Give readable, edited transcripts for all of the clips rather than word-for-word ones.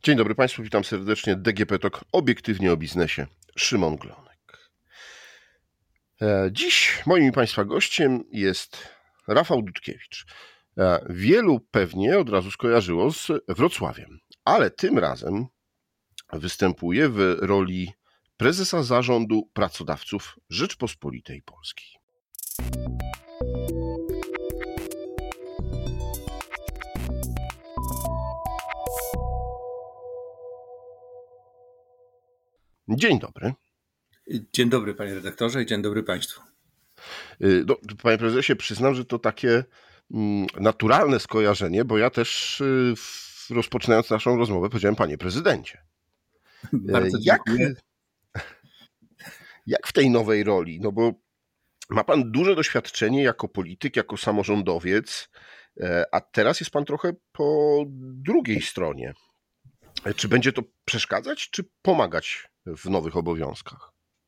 Dzień dobry Państwu, witam serdecznie. DGP Talk, obiektywnie o biznesie. Szymon Glonek. Dziś moim i Państwa gościem jest Rafał Dudkiewicz. Wielu pewnie od razu skojarzyło z Wrocławiem, ale tym razem występuje w roli prezesa Zarządu Pracodawców Rzeczpospolitej Polskiej. Dzień dobry. Dzień dobry panie redaktorze i dzień dobry państwu. No, panie prezesie, przyznam, że to takie naturalne skojarzenie, bo ja też rozpoczynając naszą rozmowę powiedziałem panie prezydencie. Bardzo dziękuję. Jak w tej nowej roli? No bo ma pan duże doświadczenie jako polityk, jako samorządowiec, a teraz jest pan trochę po drugiej stronie. Czy będzie to przeszkadzać, czy pomagać w nowych obowiązkach?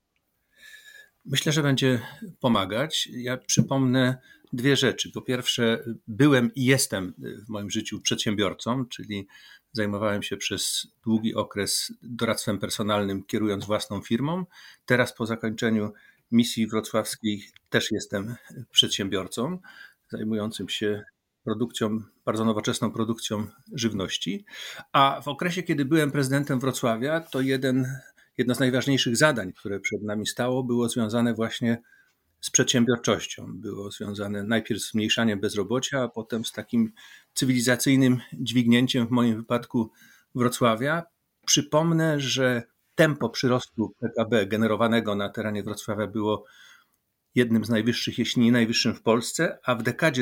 Myślę, że będzie pomagać. Ja przypomnę dwie rzeczy. Po pierwsze, byłem i jestem w moim życiu przedsiębiorcą, czyli zajmowałem się przez długi okres doradztwem personalnym, kierując własną firmą. Teraz po zakończeniu misji wrocławskiej też jestem przedsiębiorcą, zajmującym się produkcją, bardzo nowoczesną produkcją żywności. A w okresie, kiedy byłem prezydentem Wrocławia, to jedno z najważniejszych zadań, które przed nami stało, było związane właśnie z przedsiębiorczością. Było związane najpierw z zmniejszaniem bezrobocia, a potem z takim cywilizacyjnym dźwignięciem, w moim wypadku Wrocławia. Przypomnę, że tempo przyrostu PKB generowanego na terenie Wrocławia było jednym z najwyższych, jeśli nie najwyższym w Polsce, a w dekadzie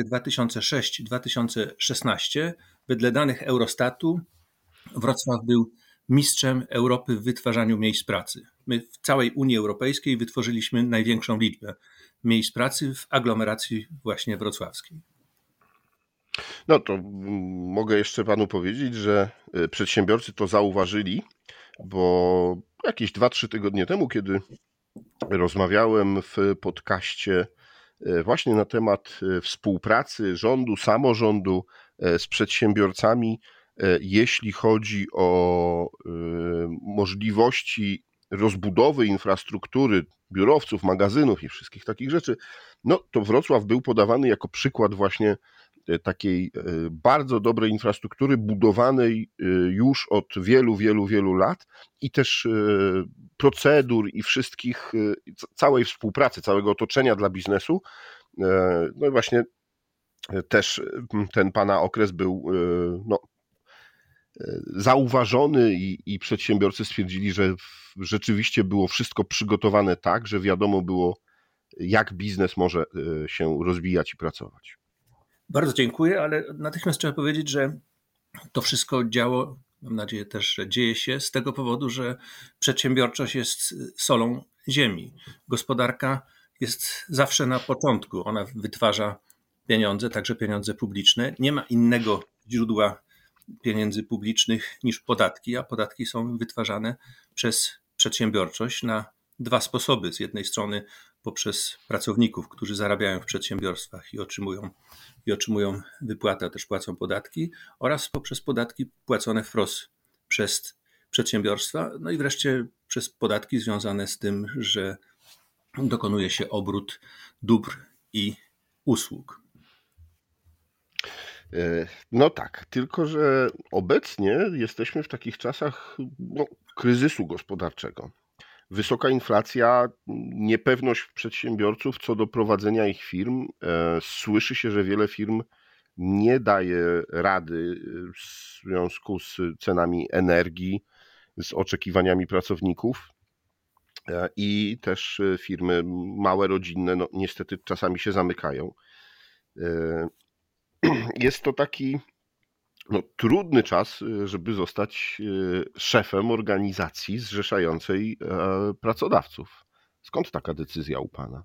2006-2016 wedle danych Eurostatu Wrocław był mistrzem Europy w wytwarzaniu miejsc pracy. My w całej Unii Europejskiej wytworzyliśmy największą liczbę miejsc pracy w aglomeracji właśnie wrocławskiej. No to mogę jeszcze panu powiedzieć, że przedsiębiorcy to zauważyli, bo jakieś 2-3 tygodnie temu, kiedy rozmawiałem w podcaście właśnie na temat współpracy rządu, samorządu z przedsiębiorcami, jeśli chodzi o możliwości rozbudowy infrastruktury biurowców, magazynów i wszystkich takich rzeczy, no to Wrocław był podawany jako przykład właśnie takiej bardzo dobrej infrastruktury budowanej już od wielu lat i też procedur i wszystkich, całej współpracy, całego otoczenia dla biznesu. No i właśnie też ten pana okres był zauważony i przedsiębiorcy stwierdzili, że rzeczywiście było wszystko przygotowane tak, że wiadomo było, jak biznes może się rozwijać i pracować. Bardzo dziękuję, ale natychmiast trzeba powiedzieć, że to wszystko działo, mam nadzieję też, że dzieje się z tego powodu, że przedsiębiorczość jest solą ziemi. Gospodarka jest zawsze na początku. Ona wytwarza pieniądze, także pieniądze publiczne. Nie ma innego źródła pieniędzy publicznych niż podatki, a podatki są wytwarzane przez przedsiębiorczość na dwa sposoby. Z jednej strony poprzez pracowników, którzy zarabiają w przedsiębiorstwach i otrzymują wypłatę, też płacą podatki, oraz poprzez podatki płacone wprost przez przedsiębiorstwa, no i wreszcie przez podatki związane z tym, że dokonuje się obrót dóbr i usług. No tak, tylko że obecnie jesteśmy w takich czasach kryzysu gospodarczego. Wysoka inflacja, niepewność przedsiębiorców co do prowadzenia ich firm. Słyszy się, że wiele firm nie daje rady w związku z cenami energii, z oczekiwaniami pracowników i też firmy małe, rodzinne, no niestety czasami się zamykają. Jest to taki trudny czas, żeby zostać szefem organizacji zrzeszającej pracodawców. Skąd taka decyzja u pana?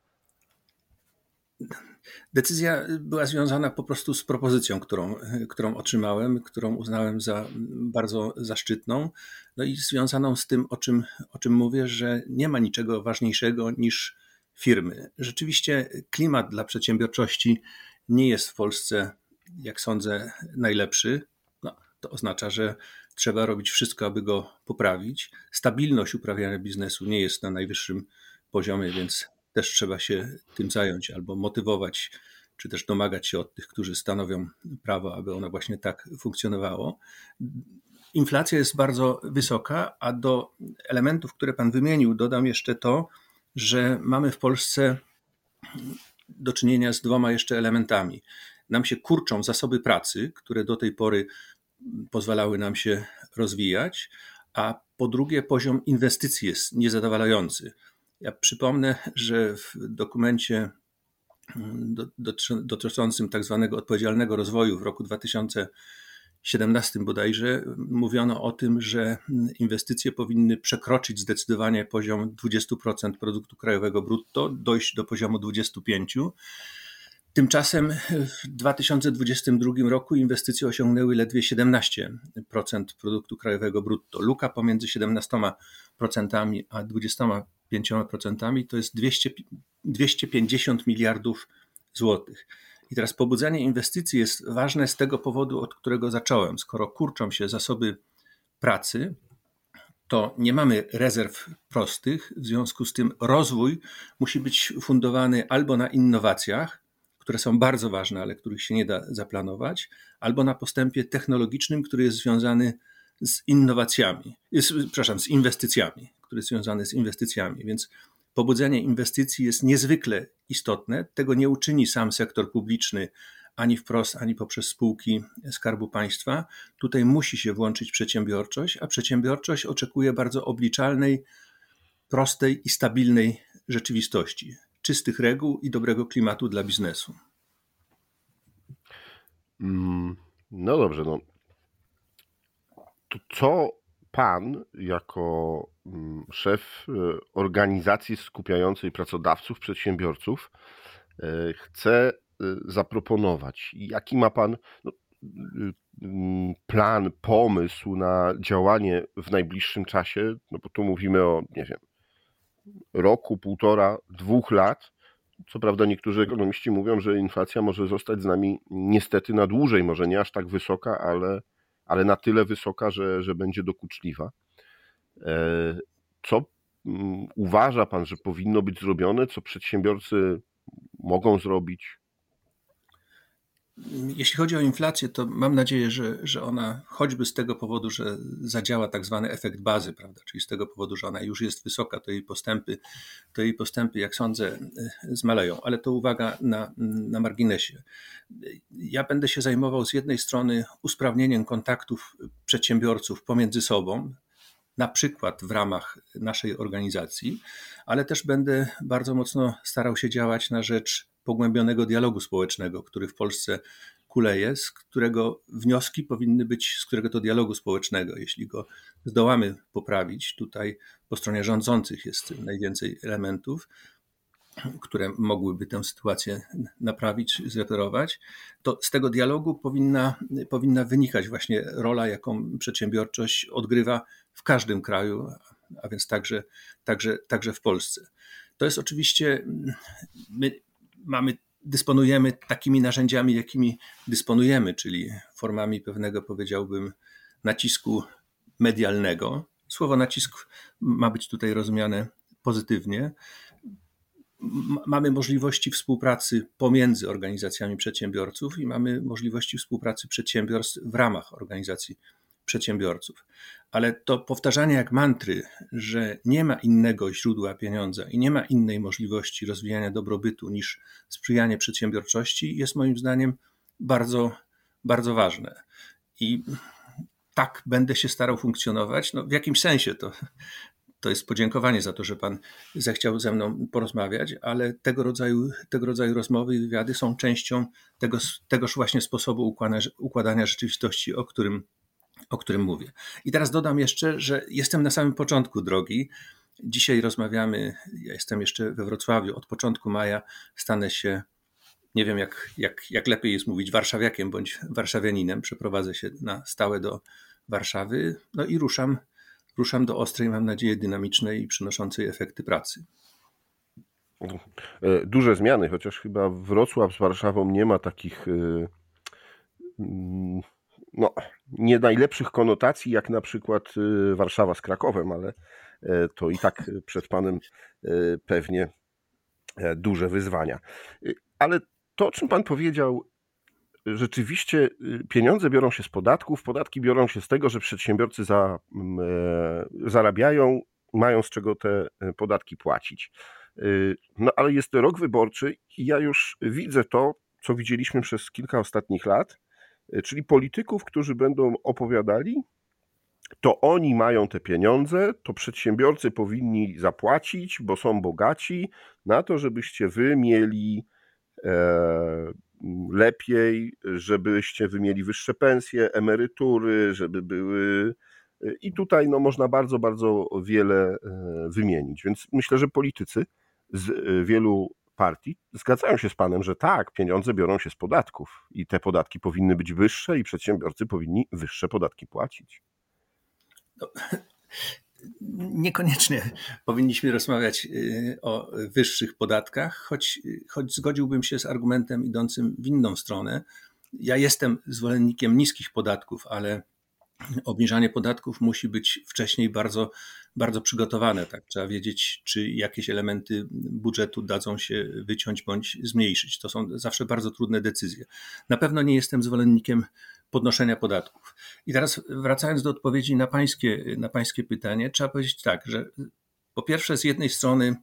Decyzja była związana po prostu z propozycją, którą otrzymałem, którą uznałem za bardzo zaszczytną, no i związaną z tym, o czym mówię, że nie ma niczego ważniejszego niż firmy. Rzeczywiście klimat dla przedsiębiorczości nie jest w Polsce, jak sądzę, najlepszy. No, to oznacza, że Trzeba robić wszystko, aby go poprawić. Stabilność uprawiania biznesu nie jest na najwyższym poziomie, więc też trzeba się tym zająć albo motywować, czy też domagać się od tych, którzy stanowią prawo, aby ono właśnie tak funkcjonowało. Inflacja jest bardzo wysoka, a do elementów, które pan wymienił, dodam jeszcze to, że mamy w Polsce do czynienia z dwoma jeszcze elementami. Nam się kurczą zasoby pracy, które do tej pory pozwalały nam się rozwijać, a po drugie poziom inwestycji jest niezadowalający. Ja przypomnę, że w dokumencie dotyczącym tak zwanego odpowiedzialnego rozwoju w roku 2017 bodajże mówiono o tym, że inwestycje powinny przekroczyć zdecydowanie poziom 20% produktu krajowego brutto, dojść do poziomu 25%. Tymczasem w 2022 roku inwestycje osiągnęły ledwie 17% produktu krajowego brutto. Luka pomiędzy 17% a 25% to jest 250 miliardów złotych. I teraz pobudzenie inwestycji jest ważne z tego powodu, od którego zacząłem. Skoro kurczą się zasoby pracy, to nie mamy rezerw prostych, w związku z tym rozwój musi być fundowany albo na innowacjach, które są bardzo ważne, ale których się nie da zaplanować, albo na postępie technologicznym, który jest związany z z inwestycjami, który jest związany z inwestycjami. Więc pobudzenie inwestycji jest niezwykle istotne. Tego nie uczyni sam sektor publiczny ani wprost, ani poprzez spółki Skarbu Państwa. Tutaj musi się włączyć przedsiębiorczość, a przedsiębiorczość oczekuje bardzo obliczalnej, prostej i stabilnej rzeczywistości, czystych reguł i dobrego klimatu dla biznesu. No dobrze, no. To co pan jako szef organizacji skupiającej pracodawców, przedsiębiorców chce zaproponować? Jaki ma pan plan, pomysł na działanie w najbliższym czasie? No bo tu mówimy o, nie wiem, roku, 1,5, 2 lat. Co prawda niektórzy ekonomiści mówią, że inflacja może zostać z nami niestety na dłużej, może nie aż tak wysoka, ale na tyle wysoka, że będzie dokuczliwa. Co uważa pan, że powinno być zrobione? Co przedsiębiorcy mogą zrobić? Jeśli chodzi o inflację, to mam nadzieję, że ona choćby z tego powodu, że zadziała tak zwany efekt bazy, prawda, czyli z tego powodu, że ona już jest wysoka, to jej postępy, jak sądzę, zmaleją. Ale to uwaga na marginesie. Ja będę się zajmował z jednej strony usprawnieniem kontaktów przedsiębiorców pomiędzy sobą, na przykład w ramach naszej organizacji, ale też będę bardzo mocno starał się działać na rzecz pogłębionego dialogu społecznego, który w Polsce kuleje, z którego wnioski powinny być, z którego to dialogu społecznego, jeśli go zdołamy poprawić, tutaj po stronie rządzących jest najwięcej elementów, które mogłyby tę sytuację naprawić, zreperować, to z tego dialogu powinna wynikać właśnie rola, jaką przedsiębiorczość odgrywa w każdym kraju, a więc także w Polsce. To jest oczywiście, my dysponujemy takimi narzędziami, jakimi dysponujemy, czyli formami pewnego, powiedziałbym, nacisku medialnego. Słowo nacisk ma być tutaj rozumiane pozytywnie. Mamy możliwości współpracy pomiędzy organizacjami przedsiębiorców i mamy możliwości współpracy przedsiębiorstw w ramach organizacji przedsiębiorców. Ale to powtarzanie jak mantry, że nie ma innego źródła pieniądza i nie ma innej możliwości rozwijania dobrobytu niż sprzyjanie przedsiębiorczości, jest moim zdaniem bardzo, bardzo ważne. I tak będę się starał funkcjonować. No, w jakimś sensie to jest podziękowanie za to, że pan zechciał ze mną porozmawiać, ale tego rodzaju rozmowy i wywiady są częścią tegoż właśnie sposobu układania rzeczywistości, o którym mówię. I teraz dodam jeszcze, że jestem na samym początku drogi. Dzisiaj rozmawiamy, ja jestem jeszcze we Wrocławiu, od początku maja stanę się, nie wiem jak lepiej jest mówić, warszawiakiem bądź warszawianinem. Przeprowadzę się na stałe do Warszawy, no i ruszam do ostrej, mam nadzieję, dynamicznej i przynoszącej efekty pracy. Duże zmiany, chociaż chyba Wrocław z Warszawą nie ma takich no, nie najlepszych konotacji, jak na przykład Warszawa z Krakowem, ale to i tak przed panem pewnie duże wyzwania. Ale to, o czym pan powiedział, rzeczywiście pieniądze biorą się z podatków, podatki biorą się z tego, że przedsiębiorcy zarabiają, mają z czego te podatki płacić. No ale jest rok wyborczy i ja już widzę to, co widzieliśmy przez kilka ostatnich lat, czyli polityków, którzy będą opowiadali, to oni mają te pieniądze, to przedsiębiorcy powinni zapłacić, bo są bogaci, na to, żebyście wy mieli lepiej, żebyście wy mieli wyższe pensje, emerytury, żeby były... I tutaj no, można bardzo, bardzo wiele wymienić. Więc myślę, że politycy z wielu partii zgadzają się z panem, że tak, pieniądze biorą się z podatków i te podatki powinny być wyższe i przedsiębiorcy powinni wyższe podatki płacić. No, niekoniecznie powinniśmy rozmawiać o wyższych podatkach, choć zgodziłbym się z argumentem idącym w inną stronę. Ja jestem zwolennikiem niskich podatków, ale obniżanie podatków musi być wcześniej bardzo, bardzo przygotowane. Tak? Trzeba wiedzieć, czy jakieś elementy budżetu dadzą się wyciąć bądź zmniejszyć. To są zawsze bardzo trudne decyzje. Na pewno nie jestem zwolennikiem podnoszenia podatków. I teraz wracając do odpowiedzi na pańskie pytanie, trzeba powiedzieć tak, że po pierwsze z jednej strony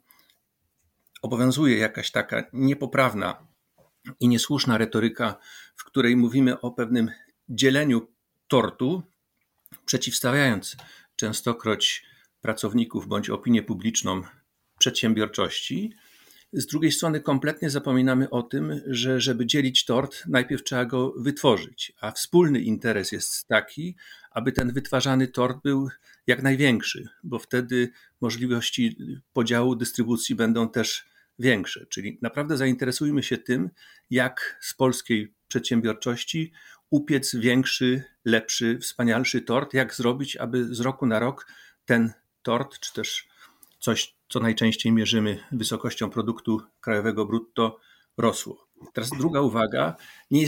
obowiązuje jakaś taka niepoprawna i niesłuszna retoryka, w której mówimy o pewnym dzieleniu tortu, przeciwstawiając częstokroć pracowników bądź opinię publiczną przedsiębiorczości. Z drugiej strony kompletnie zapominamy o tym, że żeby dzielić tort, najpierw trzeba go wytworzyć, a wspólny interes jest taki, aby ten wytwarzany tort był jak największy, bo wtedy możliwości podziału, dystrybucji będą też większe. Czyli naprawdę zainteresujmy się tym, jak z polskiej przedsiębiorczości upiec większy, lepszy, wspanialszy tort, jak zrobić, aby z roku na rok ten tort, czy też coś, co najczęściej mierzymy wysokością produktu krajowego brutto, rosło. Teraz druga uwaga, nie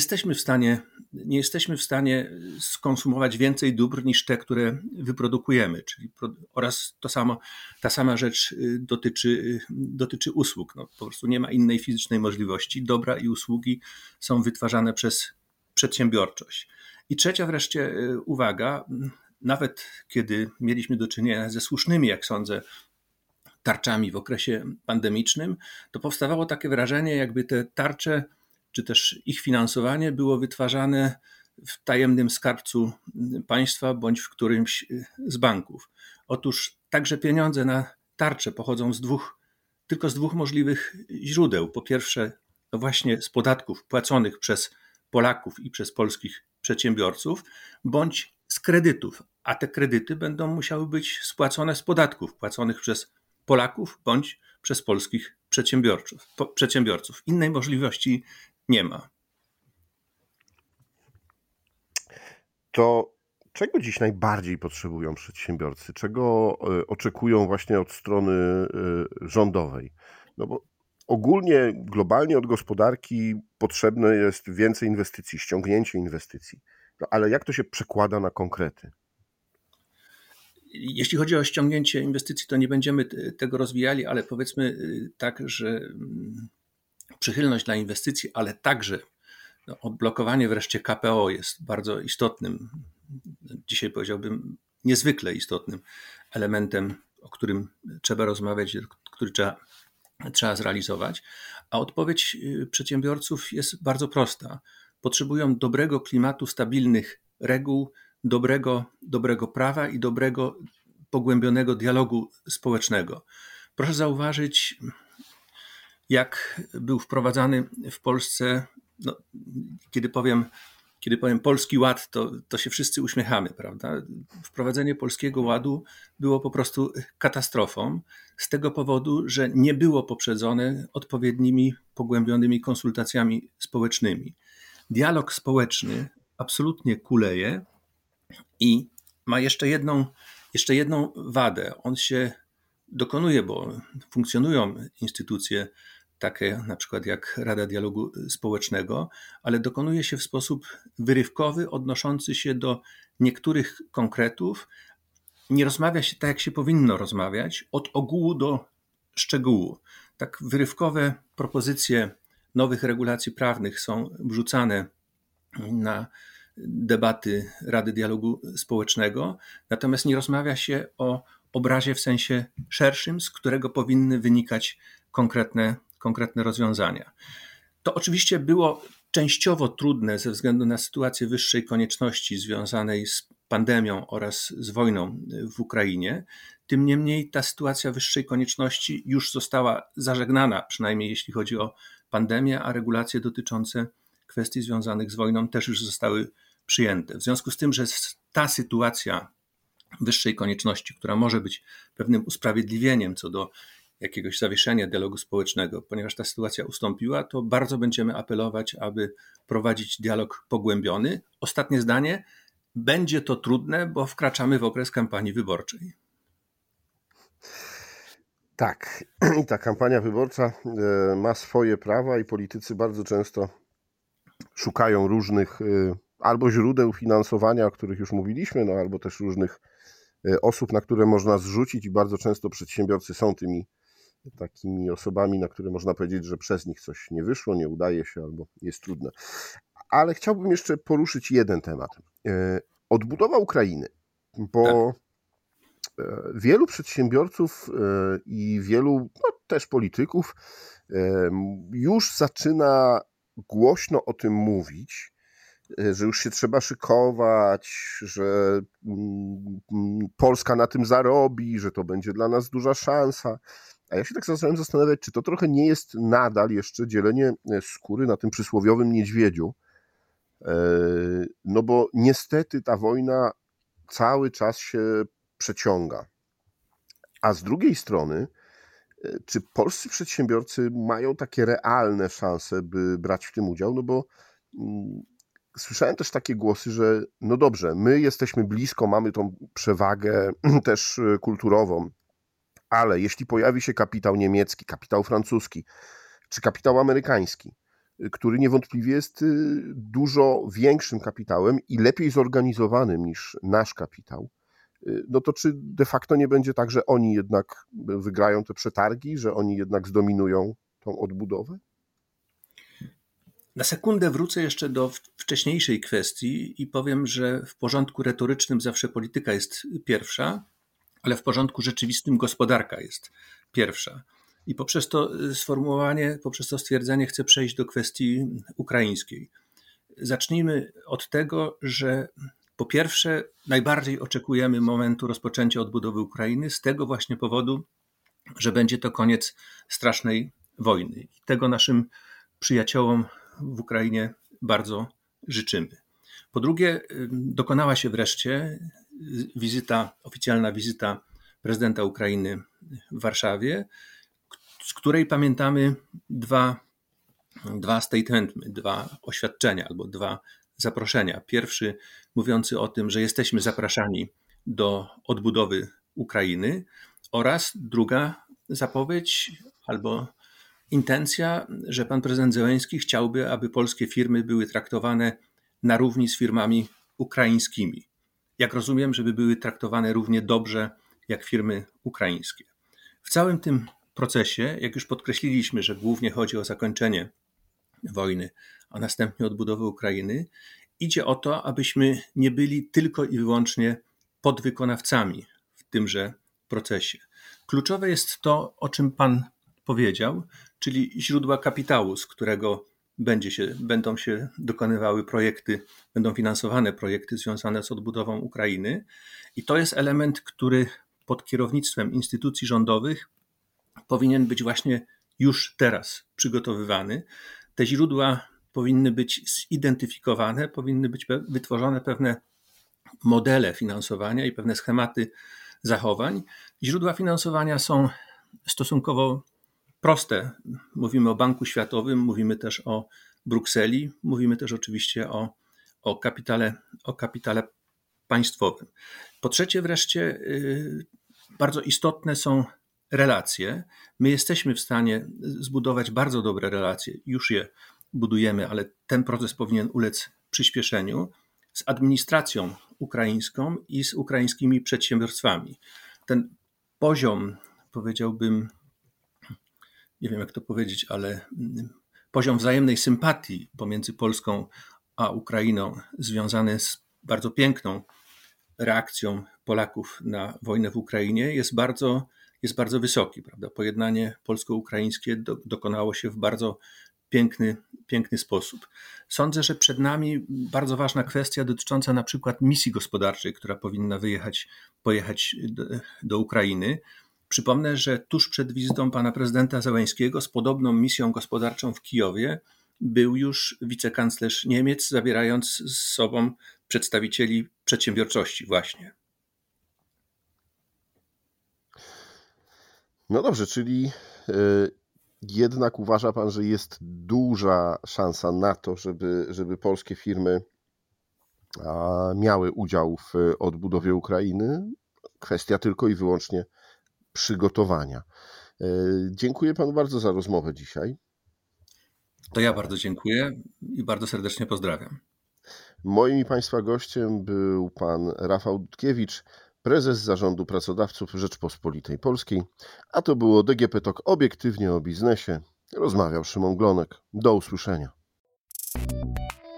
jesteśmy w stanie skonsumować więcej dóbr niż te, które wyprodukujemy, czyli oraz ta sama rzecz dotyczy usług. No, po prostu nie ma innej fizycznej możliwości. Dobra i usługi są wytwarzane przez przedsiębiorczość. I trzecia wreszcie uwaga, nawet kiedy mieliśmy do czynienia ze słusznymi, jak sądzę, tarczami w okresie pandemicznym, to powstawało takie wrażenie, jakby te tarcze, czy też ich finansowanie było wytwarzane w tajemnym skarbcu państwa bądź w którymś z banków. Otóż także pieniądze na tarcze pochodzą tylko z dwóch możliwych źródeł. Po pierwsze, właśnie z podatków płaconych przez Polaków i przez polskich przedsiębiorców, bądź z kredytów, a te kredyty będą musiały być spłacone z podatków płaconych przez Polaków bądź przez polskich przedsiębiorców. Innej możliwości nie ma. To czego dziś najbardziej potrzebują przedsiębiorcy? Czego oczekują właśnie od strony rządowej? No bo ogólnie, globalnie od gospodarki potrzebne jest więcej inwestycji, ściągnięcie inwestycji. No ale jak to się przekłada na konkrety? Jeśli chodzi o ściągnięcie inwestycji, to nie będziemy tego rozwijali, ale powiedzmy tak, że przychylność dla inwestycji, ale także odblokowanie wreszcie KPO jest bardzo istotnym, dzisiaj powiedziałbym niezwykle istotnym elementem, o którym trzeba rozmawiać, który trzeba zrealizować. A odpowiedź przedsiębiorców jest bardzo prosta. Potrzebują dobrego klimatu, stabilnych reguł, dobrego prawa i dobrego, pogłębionego dialogu społecznego. Proszę zauważyć, jak był wprowadzany w Polsce, kiedy powiem Polski Ład, to się wszyscy uśmiechamy, prawda? Wprowadzenie Polskiego Ładu było po prostu katastrofą z tego powodu, że nie było poprzedzone odpowiednimi, pogłębionymi konsultacjami społecznymi. Dialog społeczny absolutnie kuleje i ma jeszcze jedną wadę. On się dokonuje, bo funkcjonują instytucje takie na przykład jak Rada Dialogu Społecznego, ale dokonuje się w sposób wyrywkowy, odnoszący się do niektórych konkretów. Nie rozmawia się tak, jak się powinno rozmawiać, od ogółu do szczegółu. Tak wyrywkowe propozycje nowych regulacji prawnych są wrzucane na debaty Rady Dialogu Społecznego, natomiast nie rozmawia się o obrazie w sensie szerszym, z którego powinny wynikać konkretne rozwiązania. To oczywiście było częściowo trudne ze względu na sytuację wyższej konieczności związanej z pandemią oraz z wojną w Ukrainie. Tym niemniej ta sytuacja wyższej konieczności już została zażegnana, przynajmniej jeśli chodzi o pandemię, a regulacje dotyczące kwestii związanych z wojną też już zostały przyjęte. W związku z tym, że ta sytuacja wyższej konieczności, która może być pewnym usprawiedliwieniem co do jakiegoś zawieszenia dialogu społecznego, ponieważ ta sytuacja ustąpiła, to bardzo będziemy apelować, aby prowadzić dialog pogłębiony. Ostatnie zdanie. Będzie to trudne, bo wkraczamy w okres kampanii wyborczej. Tak, i ta kampania wyborcza ma swoje prawa i politycy bardzo często szukają różnych albo źródeł finansowania, o których już mówiliśmy, no albo też różnych osób, na które można zrzucić i bardzo często przedsiębiorcy są tymi takimi osobami, na które można powiedzieć, że przez nich coś nie wyszło, nie udaje się albo jest trudne. Ale chciałbym jeszcze poruszyć jeden temat. Odbudowa Ukrainy, bo wielu przedsiębiorców i wielu też polityków już zaczyna głośno o tym mówić, że już się trzeba szykować, że Polska na tym zarobi, że to będzie dla nas duża szansa. A ja się tak zacząłem zastanawiać, czy to trochę nie jest nadal jeszcze dzielenie skóry na tym przysłowiowym niedźwiedziu. No bo niestety ta wojna cały czas się przeciąga. A z drugiej strony, czy polscy przedsiębiorcy mają takie realne szanse, by brać w tym udział? No bo słyszałem też takie głosy, że no dobrze, my jesteśmy blisko, mamy tą przewagę też kulturową, ale jeśli pojawi się kapitał niemiecki, kapitał francuski czy kapitał amerykański, który niewątpliwie jest dużo większym kapitałem i lepiej zorganizowanym niż nasz kapitał, no to czy de facto nie będzie tak, że oni jednak wygrają te przetargi, że oni jednak zdominują tą odbudowę? Na sekundę wrócę jeszcze do wcześniejszej kwestii i powiem, że w porządku retorycznym zawsze polityka jest pierwsza, ale w porządku rzeczywistym gospodarka jest pierwsza. I poprzez to sformułowanie, poprzez to stwierdzenie chcę przejść do kwestii ukraińskiej. Zacznijmy od tego, że po pierwsze najbardziej oczekujemy momentu rozpoczęcia odbudowy Ukrainy z tego właśnie powodu, że będzie to koniec strasznej wojny. I tego naszym przyjaciołom w Ukrainie bardzo życzymy. Po drugie, dokonała się wreszcie oficjalna wizyta prezydenta Ukrainy w Warszawie, z której pamiętamy dwa statementy, dwa oświadczenia albo dwa zaproszenia. Pierwszy mówiący o tym, że jesteśmy zapraszani do odbudowy Ukrainy, oraz druga zapowiedź albo intencja, że pan prezydent Zełenski chciałby, aby polskie firmy były traktowane na równi z firmami ukraińskimi. Jak rozumiem, żeby były traktowane równie dobrze jak firmy ukraińskie. W całym tym procesie, jak już podkreśliliśmy, że głównie chodzi o zakończenie wojny, a następnie odbudowę Ukrainy, idzie o to, abyśmy nie byli tylko i wyłącznie podwykonawcami w tymże procesie. Kluczowe jest to, o czym pan powiedział, czyli źródła kapitału, z którego będą się dokonywały projekty, będą finansowane projekty związane z odbudową Ukrainy. I to jest element, który pod kierownictwem instytucji rządowych powinien być właśnie już teraz przygotowywany. Te źródła powinny być zidentyfikowane, powinny być wytworzone pewne modele finansowania i pewne schematy zachowań. Źródła finansowania są stosunkowo proste. Mówimy o Banku Światowym, mówimy też o Brukseli, mówimy też oczywiście o kapitale państwowym. Po trzecie wreszcie bardzo istotne są relacje. My jesteśmy w stanie zbudować bardzo dobre relacje, już je budujemy, ale ten proces powinien ulec przyspieszeniu z administracją ukraińską i z ukraińskimi przedsiębiorstwami. Ten poziom, powiedziałbym, nie wiem jak to powiedzieć, ale poziom wzajemnej sympatii pomiędzy Polską a Ukrainą związany z bardzo piękną reakcją Polaków na wojnę w Ukrainie jest bardzo wysoki. Prawda? Pojednanie polsko-ukraińskie dokonało się w bardzo piękny sposób. Sądzę, że przed nami bardzo ważna kwestia dotycząca na przykład misji gospodarczej, która powinna pojechać do Ukrainy. Przypomnę, że tuż przed wizytą pana prezydenta Zełenskiego z podobną misją gospodarczą w Kijowie był już wicekanclerz Niemiec, zabierając z sobą przedstawicieli przedsiębiorczości właśnie. No dobrze, czyli jednak uważa pan, że jest duża szansa na to, żeby polskie firmy miały udział w odbudowie Ukrainy? Kwestia tylko i wyłącznie przygotowania. Dziękuję panu bardzo za rozmowę dzisiaj. To ja bardzo dziękuję i bardzo serdecznie pozdrawiam. Moim i państwa gościem był pan Rafał Dudkiewicz, prezes Zarządu Pracodawców Rzeczpospolitej Polskiej, a to było DGP Talk obiektywnie o biznesie. Rozmawiał Szymon Glonek. Do usłyszenia.